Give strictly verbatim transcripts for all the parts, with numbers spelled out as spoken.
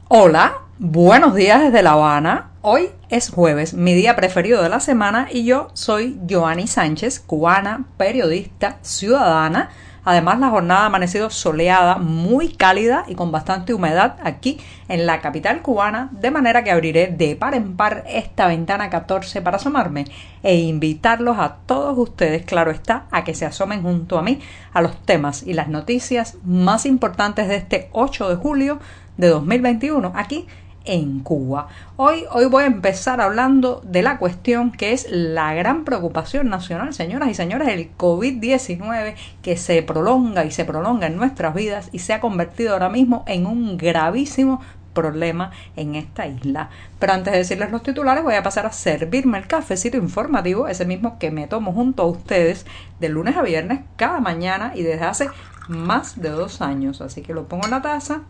Hola, buenos días desde La Habana. Hoy es jueves, mi día preferido de la semana, y yo soy Joanny Sánchez, cubana, periodista, ciudadana. Además, la jornada ha amanecido soleada, muy cálida y con bastante humedad aquí en la capital cubana, de manera que abriré de par en par esta ventana catorce para asomarme e invitarlos a todos ustedes, claro está, a que se asomen junto a mí a los temas y las noticias más importantes de este ocho de julio de dos mil veintiuno, aquí en Cuba. Hoy, hoy voy a empezar hablando de la cuestión que es la gran preocupación nacional, señoras y señores, el COVID diecinueve, que se prolonga y se prolonga en nuestras vidas y se ha convertido ahora mismo en un gravísimo problema en esta isla. Pero antes de decirles los titulares, voy a pasar a servirme el cafecito informativo, ese mismo que me tomo junto a ustedes de lunes a viernes cada mañana y desde hace más de dos años. Así que lo pongo en la taza.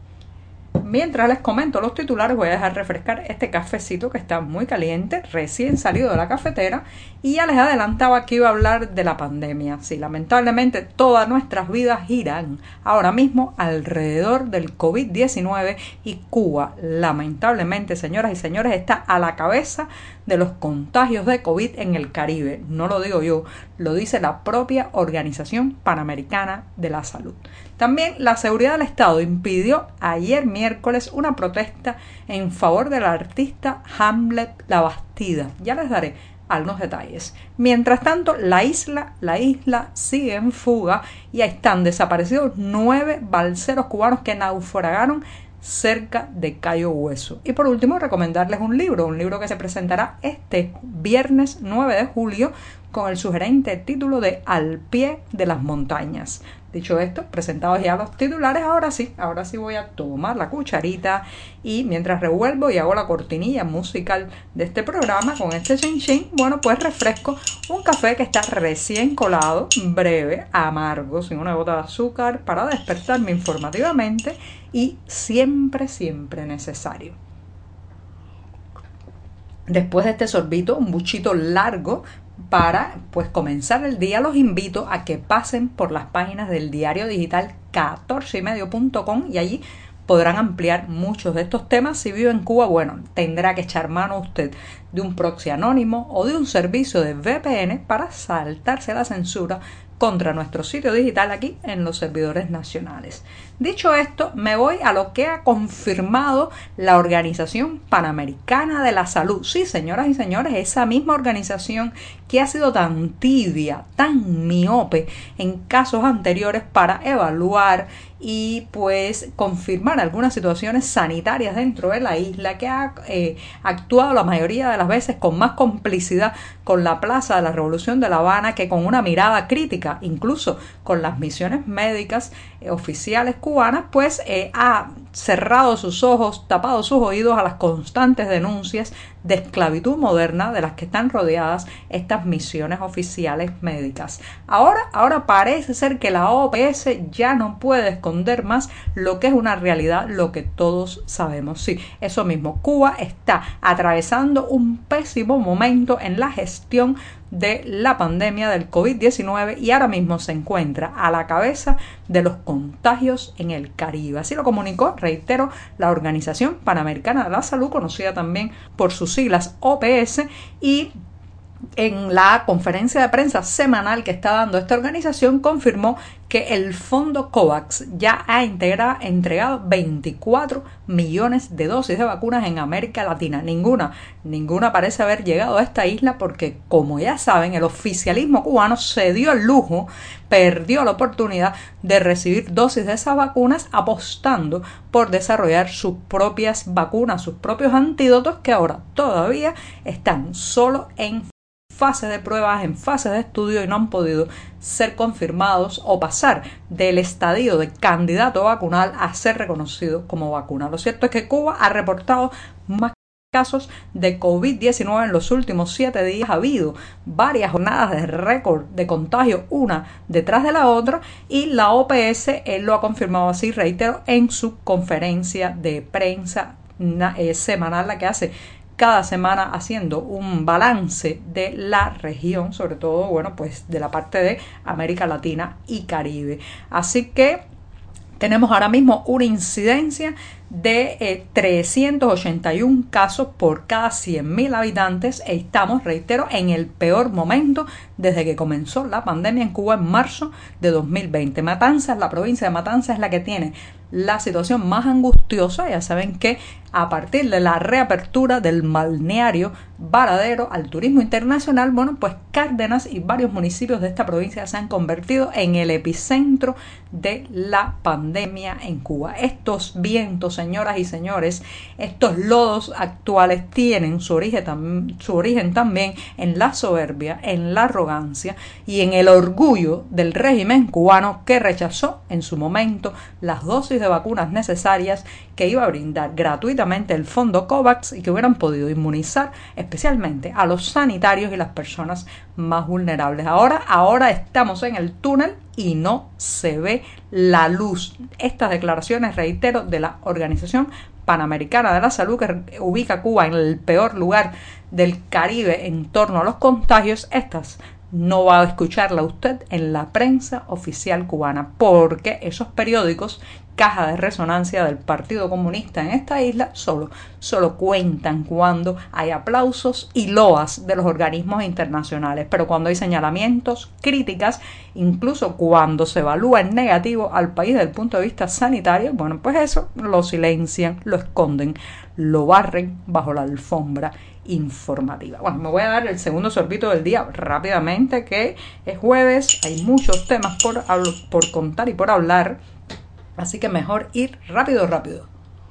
Mientras les comento los titulares, voy a dejar refrescar este cafecito que está muy caliente, recién salido de la cafetera, y ya les adelantaba que iba a hablar de la pandemia. Sí, lamentablemente todas nuestras vidas giran ahora mismo alrededor del COVID diecinueve y Cuba, lamentablemente, señoras y señores, está a la cabeza de los contagios de COVID en el Caribe. No lo digo yo, lo dice la propia Organización Panamericana de la Salud. También la seguridad del Estado impidió ayer miércoles una protesta en favor del artista Hamlet Labastida. Ya les daré algunos detalles. Mientras tanto, la isla, la isla sigue en fuga y ahí están desaparecidos nueve balseros cubanos que naufragaron cerca de Cayo Hueso. Y por último, recomendarles un libro, un libro que se presentará este viernes nueve de julio con el sugerente título de Al pie de las montañas. Dicho esto, presentados ya los titulares, ahora sí, ahora sí voy a tomar la cucharita y mientras revuelvo y hago la cortinilla musical de este programa con este chin chin, bueno, pues refresco un café que está recién colado, breve, amargo, sin una gota de azúcar, para despertarme informativamente y siempre, siempre necesario. Después de este sorbito, un buchito largo, para pues comenzar el día, los invito a que pasen por las páginas del diario digital catorce y medio punto com y allí podrán ampliar muchos de estos temas. Si vive en Cuba, bueno, tendrá que echar mano usted de un proxy anónimo o de un servicio de V P N para saltarse la censura contra nuestro sitio digital aquí en los servidores nacionales. Dicho esto, me voy a lo que ha confirmado la Organización Panamericana de la Salud. Sí, señoras y señores, esa misma organización que ha sido tan tibia, tan miope en casos anteriores para evaluar y pues confirmar algunas situaciones sanitarias dentro de la isla, que ha eh, actuado la mayoría de las veces con más complicidad con la Plaza de la Revolución de La Habana que con una mirada crítica, incluso con las misiones médicas eh, oficiales cubanas, pues eh, ha cerrado sus ojos, tapado sus oídos a las constantes denuncias de esclavitud moderna de las que están rodeadas estas misiones oficiales médicas. Ahora, ahora parece ser que la O P S ya no puede esconder más lo que es una realidad, lo que todos sabemos. Sí, eso mismo, Cuba está atravesando un pésimo momento en la gestión de la pandemia del COVID diecinueve y ahora mismo se encuentra a la cabeza de los contagios en el Caribe. Así lo comunicó, reitero, la Organización Panamericana de la Salud, conocida también por sus siglas O P S, y en la conferencia de prensa semanal que está dando esta organización confirmó que el fondo COVAX ya ha integra, entregado veinticuatro millones de dosis de vacunas en América Latina. Ninguna, ninguna parece haber llegado a esta isla porque, como ya saben, el oficialismo cubano se dio el lujo, perdió la oportunidad de recibir dosis de esas vacunas apostando por desarrollar sus propias vacunas, sus propios antídotos, que ahora todavía están solo en fase de pruebas, en fase de estudio, y no han podido ser confirmados o pasar del estadio de candidato vacunal a ser reconocido como vacuna. Lo cierto es que Cuba ha reportado más casos de COVID diecinueve en los últimos siete días. Ha habido varias jornadas de récord de contagio, una detrás de la otra, y la O P S él lo ha confirmado así, reitero, en su conferencia de prensa eh, semanal, la que hace cada semana, haciendo un balance de la región, sobre todo, bueno, pues de la parte de América Latina y Caribe. Así que tenemos ahora mismo una incidencia de eh, trescientos ochenta y uno casos por cada cien mil habitantes. Estamos, reitero, en el peor momento desde que comenzó la pandemia en Cuba en marzo de dos mil veinte. Matanzas, la provincia de Matanzas es la que tiene la situación más angustiosa. Ya saben que a partir de la reapertura del balneario Varadero al turismo internacional, bueno, pues Cárdenas y varios municipios de esta provincia se han convertido en el epicentro de la pandemia en Cuba. Estos vientos, señoras y señores, estos lodos actuales tienen su origen, su origen también en la soberbia, en la arrogancia y en el orgullo del régimen cubano, que rechazó en su momento las dosis de vacunas necesarias que iba a brindar gratuitamente el fondo COVAX y que hubieran podido inmunizar especialmente a los sanitarios y las personas más vulnerables. Ahora, ahora estamos en el túnel y no se ve la luz. Estas declaraciones, reitero, de la Organización Panamericana de la Salud, que ubica a Cuba en el peor lugar del Caribe en torno a los contagios, estas no va a escucharla usted en la prensa oficial cubana, porque esos periódicos, caja de resonancia del Partido Comunista en esta isla, solo, solo cuentan cuando hay aplausos y loas de los organismos internacionales, pero cuando hay señalamientos, críticas, incluso cuando se evalúa en negativo al país desde el punto de vista sanitario, bueno, pues eso lo silencian, lo esconden, lo barren bajo la alfombra informativa. Bueno, me voy a dar el segundo sorbito del día rápidamente, que es jueves, hay muchos temas por, por contar y por hablar, así que mejor ir rápido, rápido.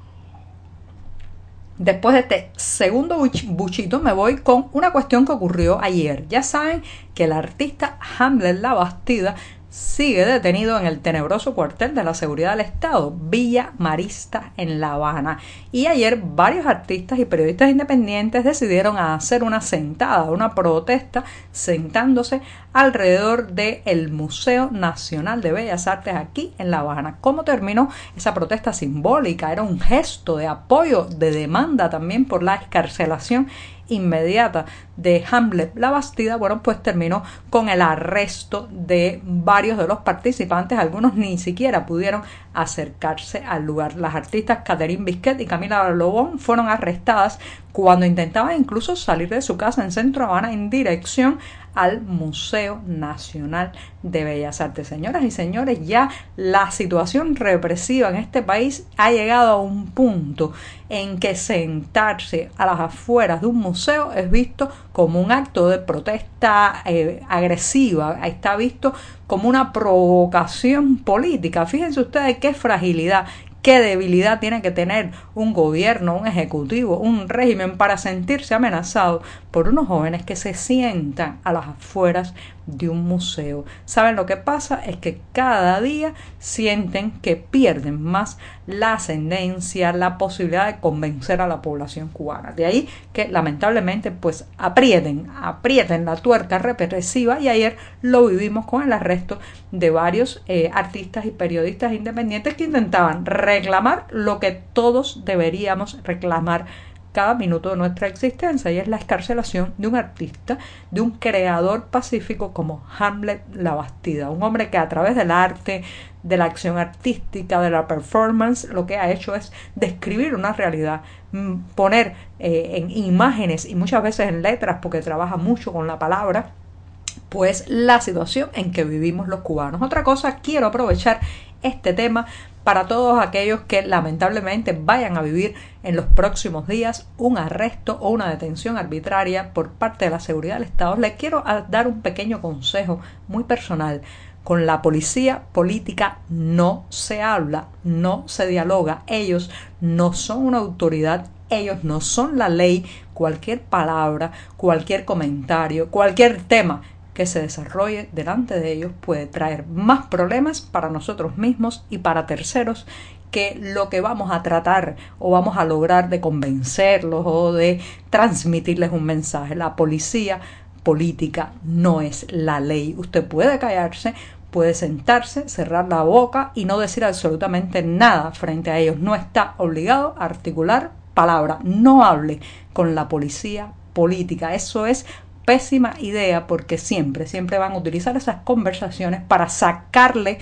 Después de este segundo buchito me voy con una cuestión que ocurrió ayer. Ya saben que el artista Hamlet Labastida sigue detenido en el tenebroso cuartel de la Seguridad del Estado, Villa Marista, en La Habana. Y ayer varios artistas y periodistas independientes decidieron hacer una sentada, una protesta, sentándose alrededor del Museo Nacional de Bellas Artes aquí en La Habana. ¿Cómo terminó esa protesta simbólica? Era un gesto de apoyo, de demanda también por la excarcelación inmediata de Hamlet Labastida. Bueno, pues terminó con el arresto de varios de los participantes. Algunos ni siquiera pudieron acercarse al lugar. Las artistas Catherine Bisquet y Camila Lobón fueron arrestadas cuando intentaban incluso salir de su casa en Centro Habana en dirección al Museo Nacional de Bellas Artes. Señoras y señores, ya la situación represiva en este país ha llegado a un punto en que sentarse a las afueras de un museo es visto como un acto de protesta eh, agresiva, está visto como una provocación política. Fíjense ustedes qué fragilidad, qué debilidad tiene que tener un gobierno, un ejecutivo, un régimen para sentirse amenazado por unos jóvenes que se sientan a las afueras de un museo. ¿Saben lo que pasa? Es que cada día sienten que pierden más la ascendencia, la posibilidad de convencer a la población cubana. De ahí que lamentablemente pues aprieten, aprieten la tuerca represiva, y ayer lo vivimos con el arresto de varios eh, artistas y periodistas independientes que intentaban reclamar lo que todos deberíamos reclamar cada minuto de nuestra existencia, y es la excarcelación de un artista, de un creador pacífico como Hamlet Labastida, un hombre que a través del arte, de la acción artística, de la performance, lo que ha hecho es describir una realidad, poner eh, en imágenes y muchas veces en letras, porque trabaja mucho con la palabra, pues la situación en que vivimos los cubanos. Otra cosa, quiero aprovechar este tema para todos aquellos que lamentablemente vayan a vivir en los próximos días un arresto o una detención arbitraria por parte de la seguridad del Estado. Les quiero dar un pequeño consejo muy personal. Con la policía política no se habla, no se dialoga. Ellos no son una autoridad, ellos no son la ley. Cualquier palabra, cualquier comentario, cualquier tema que se desarrolle delante de ellos puede traer más problemas para nosotros mismos y para terceros que lo que vamos a tratar o vamos a lograr de convencerlos o de transmitirles un mensaje. La policía política no es la ley. Usted puede callarse, puede sentarse, cerrar la boca y no decir absolutamente nada frente a ellos. No está obligado a articular palabra. No hable con la policía política. Eso es pésima idea, porque siempre, siempre van a utilizar esas conversaciones para sacarle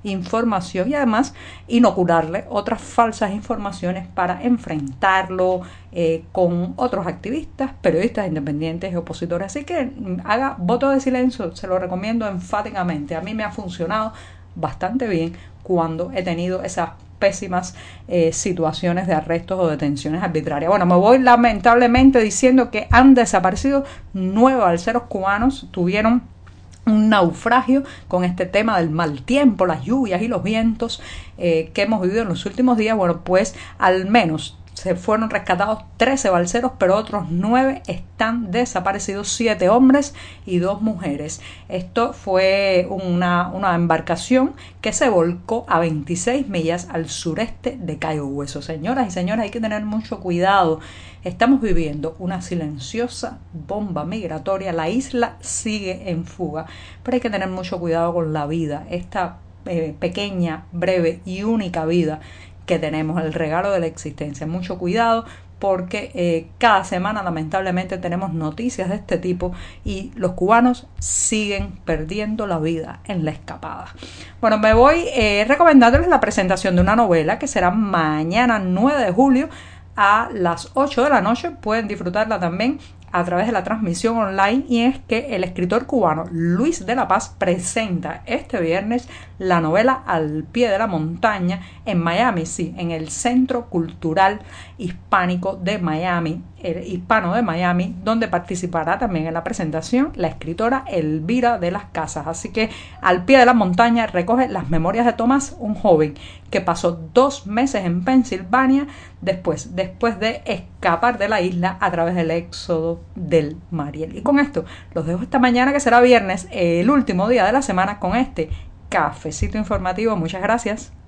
información y además inocularle otras falsas informaciones para enfrentarlo eh, con otros activistas, periodistas independientes y opositores. Así que haga voto de silencio, se lo recomiendo enfáticamente. A mí me ha funcionado bastante bien cuando he tenido esas pésimas eh, situaciones de arrestos o detenciones arbitrarias. Bueno, me voy lamentablemente diciendo que han desaparecido nueve balseros cubanos, tuvieron un naufragio con este tema del mal tiempo, las lluvias y los vientos eh, que hemos vivido en los últimos días. Bueno, pues al menos se fueron rescatados trece balseros, pero otros nueve están desaparecidos, siete hombres y dos mujeres. Esto fue una, una embarcación que se volcó a veintiséis millas al sureste de Cayo Hueso. Señoras y señores, hay que tener mucho cuidado. Estamos viviendo una silenciosa bomba migratoria. La isla sigue en fuga, pero hay que tener mucho cuidado con la vida. Esta eh, pequeña, breve y única vida que tenemos, el regalo de la existencia. Mucho cuidado porque eh, cada semana lamentablemente tenemos noticias de este tipo y los cubanos siguen perdiendo la vida en la escapada. Bueno, me voy eh, recomendándoles la presentación de una novela que será mañana nueve de julio a las ocho de la noche. Pueden disfrutarla también a través de la transmisión online, y es que el escritor cubano Luis de la Paz presenta este viernes la novela Al pie de la montaña en Miami, sí, en el Centro Cultural Hispánico de Miami, el hispano de Miami, donde participará también en la presentación la escritora Elvira de las Casas. Así que Al pie de la montaña recoge las memorias de Tomás, un joven que pasó dos meses en Pensilvania después, después de escapar de la isla a través del éxodo del Mariel. Y con esto los dejo esta mañana, que será viernes, el último día de la semana, con este cafecito informativo. Muchas gracias.